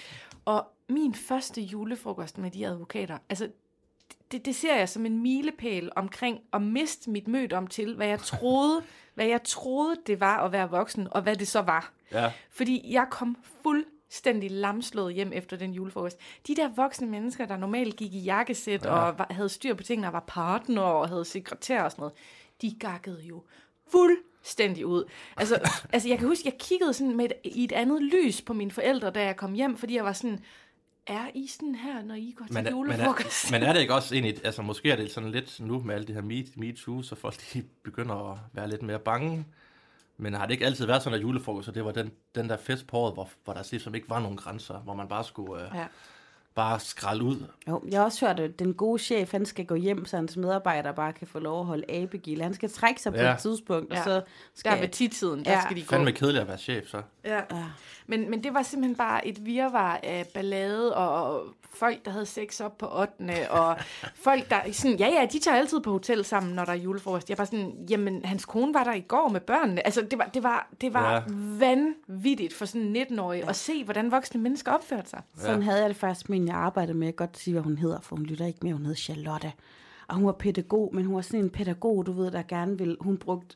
Og min første julefrokost med de advokater, altså... Det, det ser jeg som en milepæl omkring at miste mit mødom til, hvad jeg troede, hvad jeg troede, det var at være voksen, og hvad det så var. Ja. Fordi jeg kom fuldstændig lamslået hjem efter den julefrokost. De der voksne mennesker, der normalt gik i jakkesæt ja. og var, havde styr på tingene, og var partner og havde sekretær og sådan noget, de gakkede jo fuldstændig ud. Altså, altså jeg kan huske, jeg kiggede sådan med et, i et andet lys på mine forældre, da jeg kom hjem, fordi jeg var sådan... Er I sådan her, når I går til men, julefrokost? Men er, men er det ikke også egentlig, altså måske er det sådan lidt nu med alle de her MeToo, så folk de begynder at være lidt mere bange. Men har det ikke altid været sådan, at julefrokost, så det var den, den der fest på året, hvor, hvor der ligesom ikke var nogen grænser, hvor man bare skulle øh, ja. bare skralde ud? Jo, jeg har også hørt, at den gode chef, han skal gå hjem, så hans medarbejdere bare kan få lov at holde abegilde. Han skal trække sig ja. på et tidspunkt, ja. og så skal... Der ved tidtiden, der ja. skal de gå. Fandme kedeligt at være chef, så. Ja. ja. Men, men det var simpelthen bare et virvar af ballade, og folk, der havde sex op på ottende, og folk, der sådan, ja ja, de tager altid på hotel sammen, når der er julefrokost. Jeg var sådan, jamen, hans kone var der i går med børnene. Altså, det var, det var, det var ja. vanvittigt for sådan en nitten-årig ja. at se, hvordan voksne mennesker opførte sig. Ja. Sådan havde jeg det faktisk med, jeg arbejdede med. Jeg kan godt sige, hvad hun hedder, for hun lytter ikke med. Hun hed Charlotte. Og hun var pædagog, men hun var sådan en pædagog, du ved, der gerne ville, hun brugte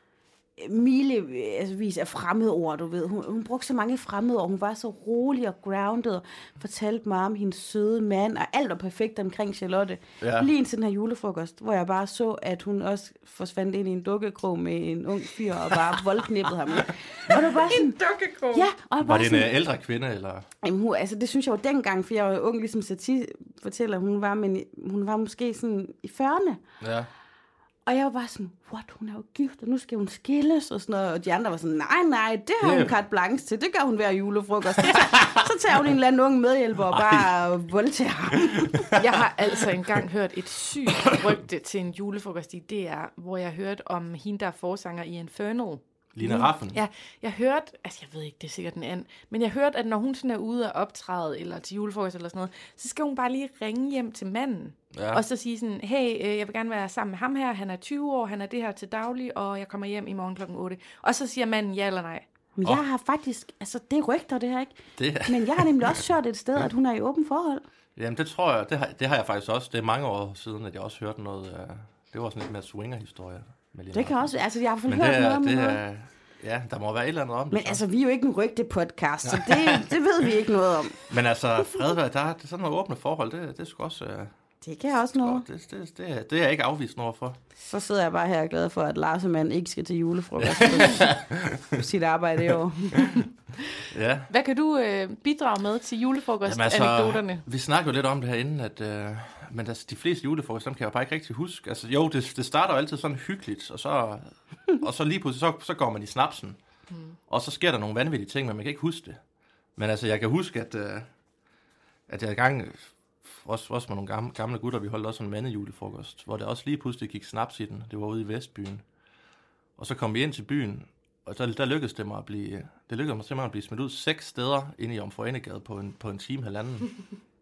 milevis af fremmedord, du ved. Hun, hun brugte så mange fremmedord. Hun var så rolig og grounded, og fortalte mig om hendes søde mand, og alt var perfekt omkring Charlotte. Ja. Lige indtil den her julefrokost, hvor jeg bare så, at hun også forsvandt ind i en dukkekrog med en ung fyr, og bare voldknippede ham. Og det var bare sådan, en dukkekrog? Ja. Og var, var det en sådan, ældre kvinde, eller? Jamen, hun, altså, det synes jeg jo dengang, for jeg var ung, ligesom Satie fortæller, hun var, men hun var måske sådan i fyrrerne. Ja. Og jeg var bare sådan, what, hun er jo gift, og nu skal hun skilles, og sådan noget. Og de andre var sådan, nej, nej, det har yeah. hun carte blanche til. Det gør hun hver julefrokost. Så, så tager hun en eller anden unge medhjælper og bare voldtager ham. Jeg har altså engang hørt et sygt rygte til en julefrokost i D R, hvor jeg hørte om hende, der er forsanger i Infernal. Lina Raffen? Ja, jeg hørte, altså jeg ved ikke, det er sikkert en anden, men jeg hørte, at når hun sådan er ude og optræde, eller til julefrokost eller sådan noget, så skal hun bare lige ringe hjem til manden. Ja. Og så sige sådan, hey, jeg vil gerne være sammen med ham her, han er tyve år, han er det her til daglig, og jeg kommer hjem i morgen klokken otte. Og så siger manden ja eller nej. Men jeg har faktisk, altså det er rygter det her, ikke? Det. Men jeg har nemlig også hørt et sted, at hun er i åben forhold. Jamen det tror jeg, det har, det har jeg faktisk også, det er mange år siden, at jeg også hørte noget, uh, det var sådan lidt mere swinger-historie. Det kan også, altså jeg har hørt noget om det. noget. Ja, der må være et eller andet om det. Men så. Altså, vi er jo ikke en rygte-podcast, så det, det ved vi ikke noget om. Men altså, Fredberg, der er sådan nogle åbne forhold, det, det skal også... Uh, det kan også noget. Det, det, det, er, det er jeg ikke afvist noget for. Så sidder jeg bare her glad for, at Lars og mand ikke skal til julefrokost på sit arbejde i år. Ja. Hvad kan du øh, bidrage med til julefrokost-anekdoterne? Altså, vi snakkede jo lidt om det herinde, at øh, men altså, de fleste julefrokoster, dem kan jeg jo bare ikke rigtig huske. Altså, jo, det, det starter jo altid sådan hyggeligt, og så, og så lige pludselig, så, så går man i snapsen. Mm. Og så sker der nogle vanvittige ting, men man kan ikke huske det. Men altså, jeg kan huske, at, øh, at jeg i gang, også, også med nogle gamle, gamle gutter, vi holdt også sådan en mandejulefrokost, hvor det også lige pludselig gik snaps i den. Det var ude i Vestbyen. Og så kom vi ind til byen, og der, der lykkedes det mig at blive, det lykkedes mig simpelthen at blive smidt ud seks steder inde i Omforenegade på en, på en time halvanden.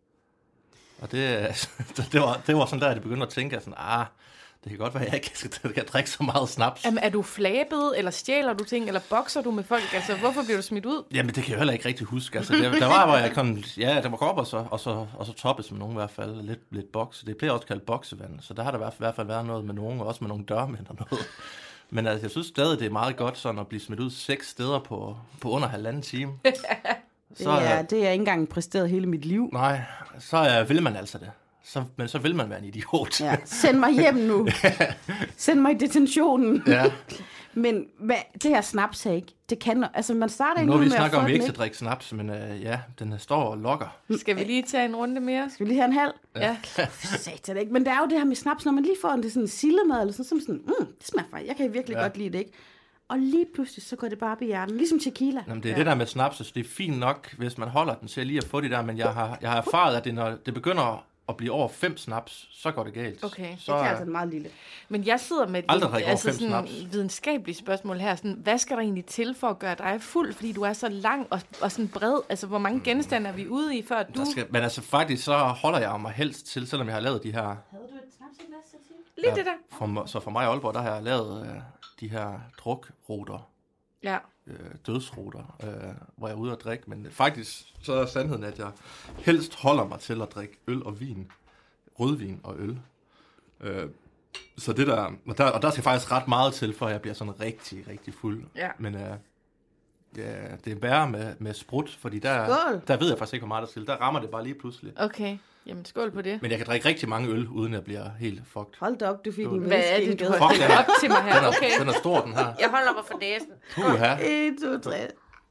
Og det, det, var, det var sådan der, at jeg begyndte at tænke, at sådan, ah, det kan godt være, at jeg ikke skal, kan drikke så meget snaps. Jamen, er du flabet, eller stjæler du ting, eller bokser du med folk? Altså, hvorfor bliver du smidt ud? Jamen, det kan jeg heller ikke rigtig huske. Altså, det, der var, hvor jeg kom, ja, der var op, og så, og så, og så toppes med nogen i hvert fald, lidt, lidt bokse. Det bliver også kaldt boksevand, så der har der i hvert fald været noget med nogen, og også med nogle dørmænd og noget. Men altså, jeg synes stadig, det er meget godt sådan at blive smidt ud seks steder på, på under halvanden time. Så, det, er, det er ikke engang præsteret hele mit liv. Nej, så uh, vil man altså det. Så, men så vil man være en idiot. Ja, send mig hjem nu. Send mig i detentionen. Ja. Men hvad, det her snaps her ikke, det kan, altså man starter nu med vi at snakker få om, vi den, ikke skal drikke snaps, men uh, ja, den står og lokker. Skal vi lige tage en runde mere? Skal vi lige have en halv? Ja. Satan, ikke? Men der er jo det her med snaps, når man lige får en det sådan sillemad, eller sådan, så sådan, mm, det smager faktisk, jeg kan virkelig ja. godt lide det, ikke? Og lige pludselig, så går det bare op i hjernen, ligesom tequila. Jamen, det er ja. det der med snaps, så det er fint nok, hvis man holder den til lige at få det der, men jeg har, jeg har erfaret, at det, når det begynder at blive over fem snaps, så går det galt. Okay. Så, det er altså meget lille. Men jeg sidder med et altså sådan videnskabeligt spørgsmål her. Sådan, hvad skal der egentlig til for at gøre dig fuld? Fordi du er så lang og, og sådan bred. Altså, hvor mange genstande er vi ude i, før du... Skal, men altså, faktisk så holder jeg mig helst til, selvom jeg har lavet de her... Havde du et snapseglas til? Lige ja, det der. For, så for mig i Aalborg, der har jeg lavet øh, de her drukruter. Ja. Øh, dødsruter, øh, hvor jeg er ude at drikke. Men faktisk så er sandheden, at jeg helst holder mig til at drikke øl og vin. Rødvin og øl. Øh, så det der og, der... og der skal faktisk ret meget til, for at jeg bliver sådan rigtig, rigtig fuld. Ja. Men øh, ja, det er værre med, med sprut, fordi der, der ved jeg faktisk ikke, hvor meget der skal. Der rammer det bare lige pludselig. Okay. Jamen, skål på det. Men jeg kan drikke rigtig mange øl, uden at jeg bliver helt fucked. Hold da op, du fik en Hvad er det, du har Fuck, op til mig her? Den er, Okay. den er stor, den her. Jeg holder mig for næsen. Puha. et, to, tre.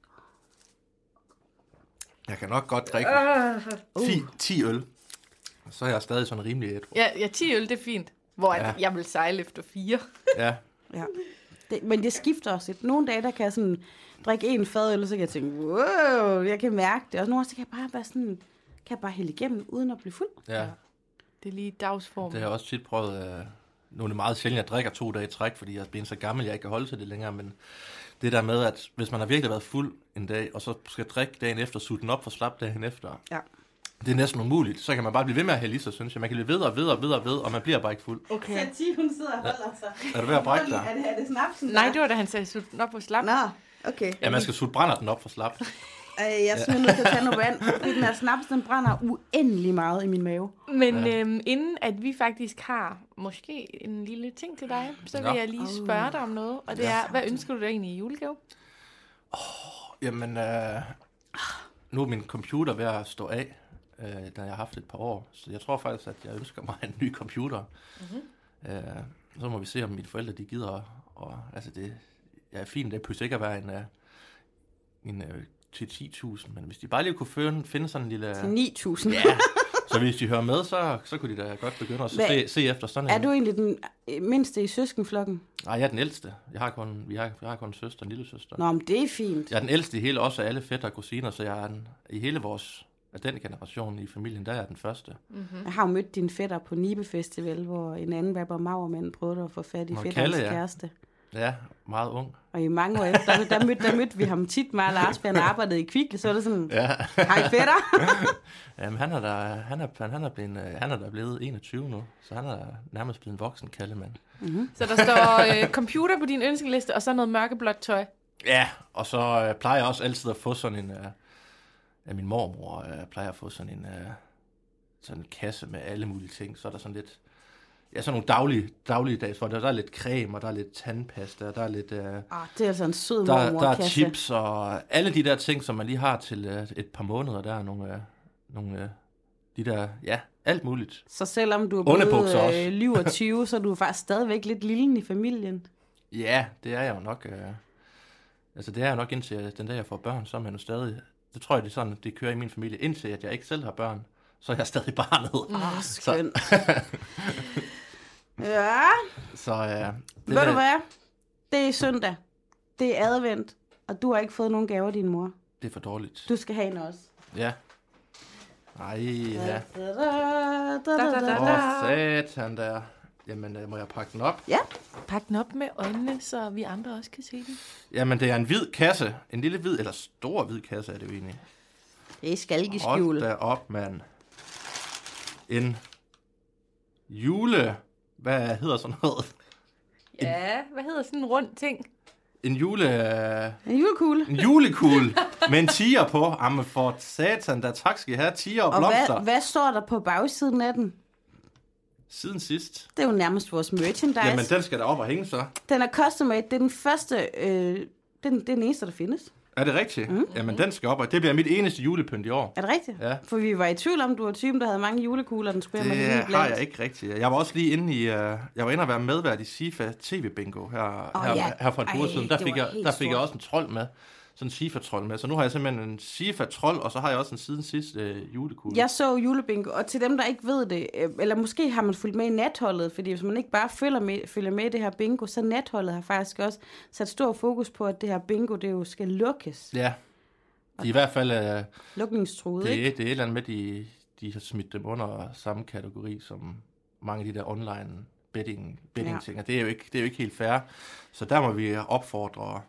Jeg kan nok godt drikke ti, ti øl. Så er jeg stadig sådan rimelig ædru. Ja, ja, ti øl, det er fint. Hvor Ja. jeg vil sejle efter fire. Ja. Ja. Det, men det skifter også lidt. Nogle dage, der kan jeg sådan drikke en fadøl, og så kan jeg tænke, wow, jeg kan mærke det. Og nogle gange, så kan jeg bare være sådan, kan jeg bare hælde igennem, uden at blive fuld. Ja. Det er lige dagsform. Det har jeg også tit prøvet. Øh, nu er det meget sjældent, at jeg drikker to dage i træk, fordi jeg er blevet så gammel, jeg ikke kan holde til det længere. Men det der med, at hvis man har virkelig været fuld en dag, og så skal drikke dagen efter, suge den op for slap dagen efter. Ja. Det er næsten umuligt. Så kan man bare blive ved med at hælde i sig, synes jeg. Man kan blive ved og ved og ved og ved, og man bliver bare ikke fuld. Okay. Satie, hun sidder og holder sig. Er du ved at brække dig? Er det, er det snapsen? Nej, det var da han sagde, sut den op på slap. Nå, okay. Ja, man skal suge brænder den op for slap. Øh, jeg er simpelthen nødt til at tage noget vand. Fordi den her snaps, den brænder uendelig meget i min mave. Men Ja. øhm, inden at vi faktisk har måske en lille ting til dig, så vil Nå. jeg lige spørge dig om noget. Og det Ja. er, hvad ønsker du dig egentlig i julegave? Jamen, øh, nu er min computer ved at stå af, øh, da jeg har haft et par år. Så jeg tror faktisk, at jeg ønsker mig en ny computer. Mm-hmm. Øh, så må vi se, om mine forældre de gider. Og, altså det ja, er fint, det pludselig ikke at være en, øh, en øh, til ti tusind. Men hvis de bare lige kunne finde, finde sådan en lille... Til ni tusind. Ja, så hvis de hører med, så, så kunne de da godt begynde at se, se efter sådan en... Er du egentlig den mindste i søskenflokken? Nej, jeg er den ældste. Jeg har kun, vi har, jeg har kun en søster, en lille søster. Nå, men det er fint. Jeg er den ældste i hele, også af alle fætter og kusiner, så jeg er den, i hele vores, af den generation i familien, der er jeg den første. Mm-hmm. Jeg har jo mødt din fætter på Nibe Festival, hvor en anden rapper Maurmand prøvede at få fat i Nå, fætterens Kalle, ja. kæreste. Ja, meget ung. Og i mange år efter, der mødte, der mødte vi ham tit, mig og Lars, han arbejdede i Kvickly, så var det sådan, Ja. hej fætter. Jamen, han er der, han er, han er blevet, han er der blevet enogtyve nu, så han er nærmest blevet en voksen kaldemand. Mm-hmm. Så der står øh, computer på din ønskeliste, og så noget mørkeblåt tøj. Ja, og så øh, plejer jeg også altid at få sådan en, øh, af min mormor øh, plejer at få sådan en, øh, sådan en kasse med alle mulige ting, så er der sådan lidt, ja, sådan nogle daglige, daglige dags, hvor der, der er lidt creme, og der er lidt tandpasta, og der er lidt... Øh, Ah, det er altså en sød Der, der er mormorkasse. chips og alle de der ting, som man lige har til øh, et par måneder. Der er nogle, øh, nogle øh, de der, ja, alt muligt. Så selvom du er Underbukser blevet også. øh, syvogtyve, så er du faktisk stadigvæk lidt lille i familien. Ja, det er jeg jo nok. Øh, Altså, det er jo nok indtil den dag, jeg får børn, så er man jo stadig... Det tror jeg, det er sådan, det kører i min familie. Indtil at jeg ikke selv har børn, så er jeg stadig barnet. Åh, oh, skønt. ja. Så øh, det Ved der... du hvad? Det er søndag. Det er advent. Og du har ikke fået nogen gaver af din mor. Det er for dårligt. Du skal have en også. Ja. Ej, ja. Da, da, da, da, da, da. Åh, satan der. Jamen, øh, må jeg pakke den op? Ja. Pak den op med øjnene, så vi andre også kan se den. Jamen, det er en hvid kasse. En lille hvid, eller stor hvid kasse er det jo egentlig. Det er skalkeskjul. Hold da op, mand. En jule... Hvad hedder sådan noget? Ja, hvad hedder sådan en rund ting? En jule... En julekugle. En julekugle med en tiger på. Jamen, for satan, der tak skal I have. Tiger og, Og blomster. hvad, hvad står der på bagsiden af den? Siden sidst. Det er jo nærmest vores merchandise. Jamen, den skal da op og hænge så. Den er custom made. Det er den første... Øh, den, det er den eneste, der findes. Er det rigtigt? Mm. Jamen, den skal op, og det bliver mit eneste julepynt i år. Er det rigtigt? Ja. For vi var i tvivl om, du var typen, der havde mange julekugler, den skulle Det have med har jeg ikke rigtigt. Jeg var også lige inde i... Uh, jeg var inde og være medvært i SIFA T V-bingo her, Oh, her, ja. her for et par uger Ej, siden. Der det fik, var jeg, helt der fik jeg stort. også en trold med. Sådan en SIFA-trold med. Så nu har jeg simpelthen en SIFA-trold, og så har jeg også en siden sidst uh, julekugle. Jeg så julebingo, og til dem, der ikke ved det, øh, eller måske har man fulgt med i natholdet, fordi hvis man ikke bare følger med, følger med i det her bingo, så natholdet har faktisk også sat stor fokus på, at det her bingo, det jo skal lukkes. Ja. De er i hvert fald... Uh, Lukningstruet, det, ikke? er, det er et eller andet med, de, de har smidt dem under samme kategori som mange af de der online betting, betting ting. Ja. Det er jo ikke, det er jo ikke helt fair. Så der må vi opfordre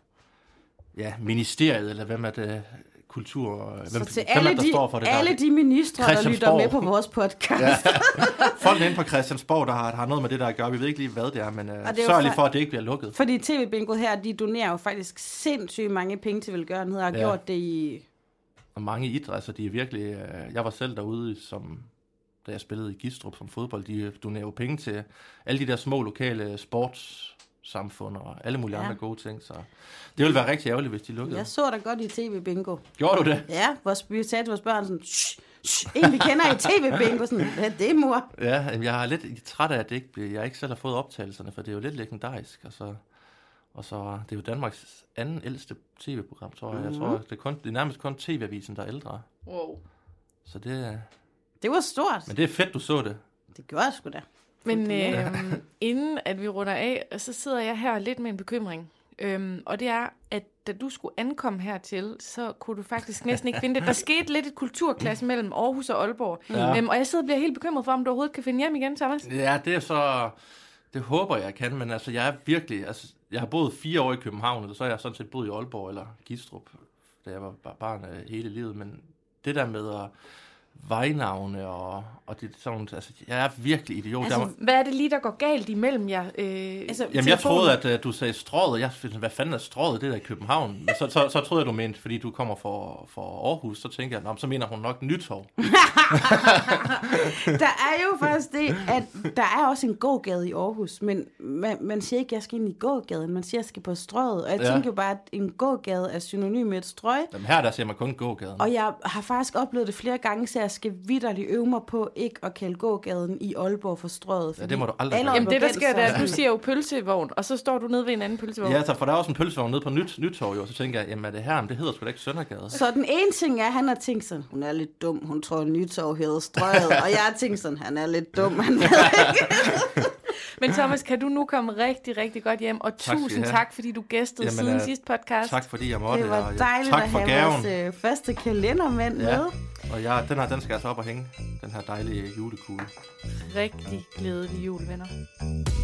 ja, ministeriet, eller hvem er det, kultur, Så hvem, til hvem alle, er, der de, står for det alle der? de ministre, der lytter Christiansborg. med på vores podcast. Ja. Folk inde på Christiansborg, der har, har noget med det der at gøre. Vi ved ikke lige, hvad det er, men uh, det er jo sørg lige fa- for, at det ikke bliver lukket. Fordi T V-bingoet her, de donerer jo faktisk sindssygt mange penge til velgørenhed, og har Ja. gjort det i... Og mange idræt, altså de er virkelig... Uh, jeg var selv derude, som, da jeg spillede i Gistrup som fodbold, de donerer jo penge til alle de der små lokale sportssamfund og alle mulige Ja. andre gode ting, så det ville være rigtig ærgerligt, hvis de lukkede. Jeg så dig godt i T V-bingo. Gjorde du det? Ja, hvor vi sagde til vores børn sådan, shh, shh, en vi kender i T V-bingo, sådan, hvad er det, mor? Ja, jamen, jeg er lidt træt af, at det ikke bliver, jeg ikke selv har fået optagelserne, for det er jo lidt legendarisk, og så, og så det er jo Danmarks anden ældste tv-program, tror jeg. Jeg tror, det er, kun, det er nærmest kun T V-avisen, der er ældre. Wow. Så det, Det var stort. men det er fedt, du så det. Det gjorde jeg sgu da. Men øh, inden at vi runder af, så sidder jeg her lidt med en bekymring. Øhm, og det er, at da du skulle ankomme hertil, så kunne du faktisk næsten ikke finde det. Der skete lidt et kulturklasse mellem Aarhus og Aalborg. Ja. Øhm, og jeg sidder og bliver helt bekymret for, om du overhovedet kan finde hjem igen, Thomas. Ja, det er så... Det håber jeg kan, men altså, jeg er virkelig... Altså, jeg har boet fire år i København, eller så har jeg sådan set boet i Aalborg eller Gistrup, da jeg var bare barn øh, hele livet, men det der med at vejnavne og, og det sådan, altså, jeg er virkelig idiot. Altså, Der var, Hvad er det lige, der går galt imellem jer? Øh, Altså, jamen, jeg troede, at uh, du sagde strøget. Jeg synes, hvad fanden er strøget, det der i København? Men så, så, så troede jeg, du mente, fordi du kommer fra, fra Aarhus, så tænker jeg, nå, så mener hun nok Nytorv. Der er jo faktisk det, at der er også en gågade i Aarhus, men man, man siger ikke, at jeg skal ind i gågaden, man siger, at jeg skal på strøget. Og jeg Ja. ja. tænker jo bare, at en gågade er synonym med et strøg. Jamen, her der ser man kun gågaden. Og jeg har faktisk oplevet det flere gange, så jeg skal vitterligt øve mig på ikke at kalde gågaden i Aalborg for strøget. Ja, det må du aldrig alle gøre. Jamen det, der sker, det er, at du aalborgenser- siger jo pølsevogn, og så står du nede ved en anden pølsevogn. Ja, så for der er også en pølsevogn nede på Nyt, Nytorv, jo, så tænker jeg, jamen er det her, men det hedder sgu da ikke Søndergade. Så den ene ting er, at han har tænkt sådan, hun er lidt dum, hun tror, Nytorv hedder strøget. Og jeg har tænkt sådan, han er lidt dum, han ved ikke. Men Thomas, kan du nu komme rigtig, rigtig godt hjem, og skal I tusind have. tak, fordi du gæstede Jamen, siden øh, sidste podcast. Tak fordi jeg måtte, Det og var ja, dejligt tak at for have gaven. vores øh, første kalendermand Ja. med. Og jeg, den her, den skal altså op og hænge, den her dejlige julekugle. Rigtig glædelig jul, venner.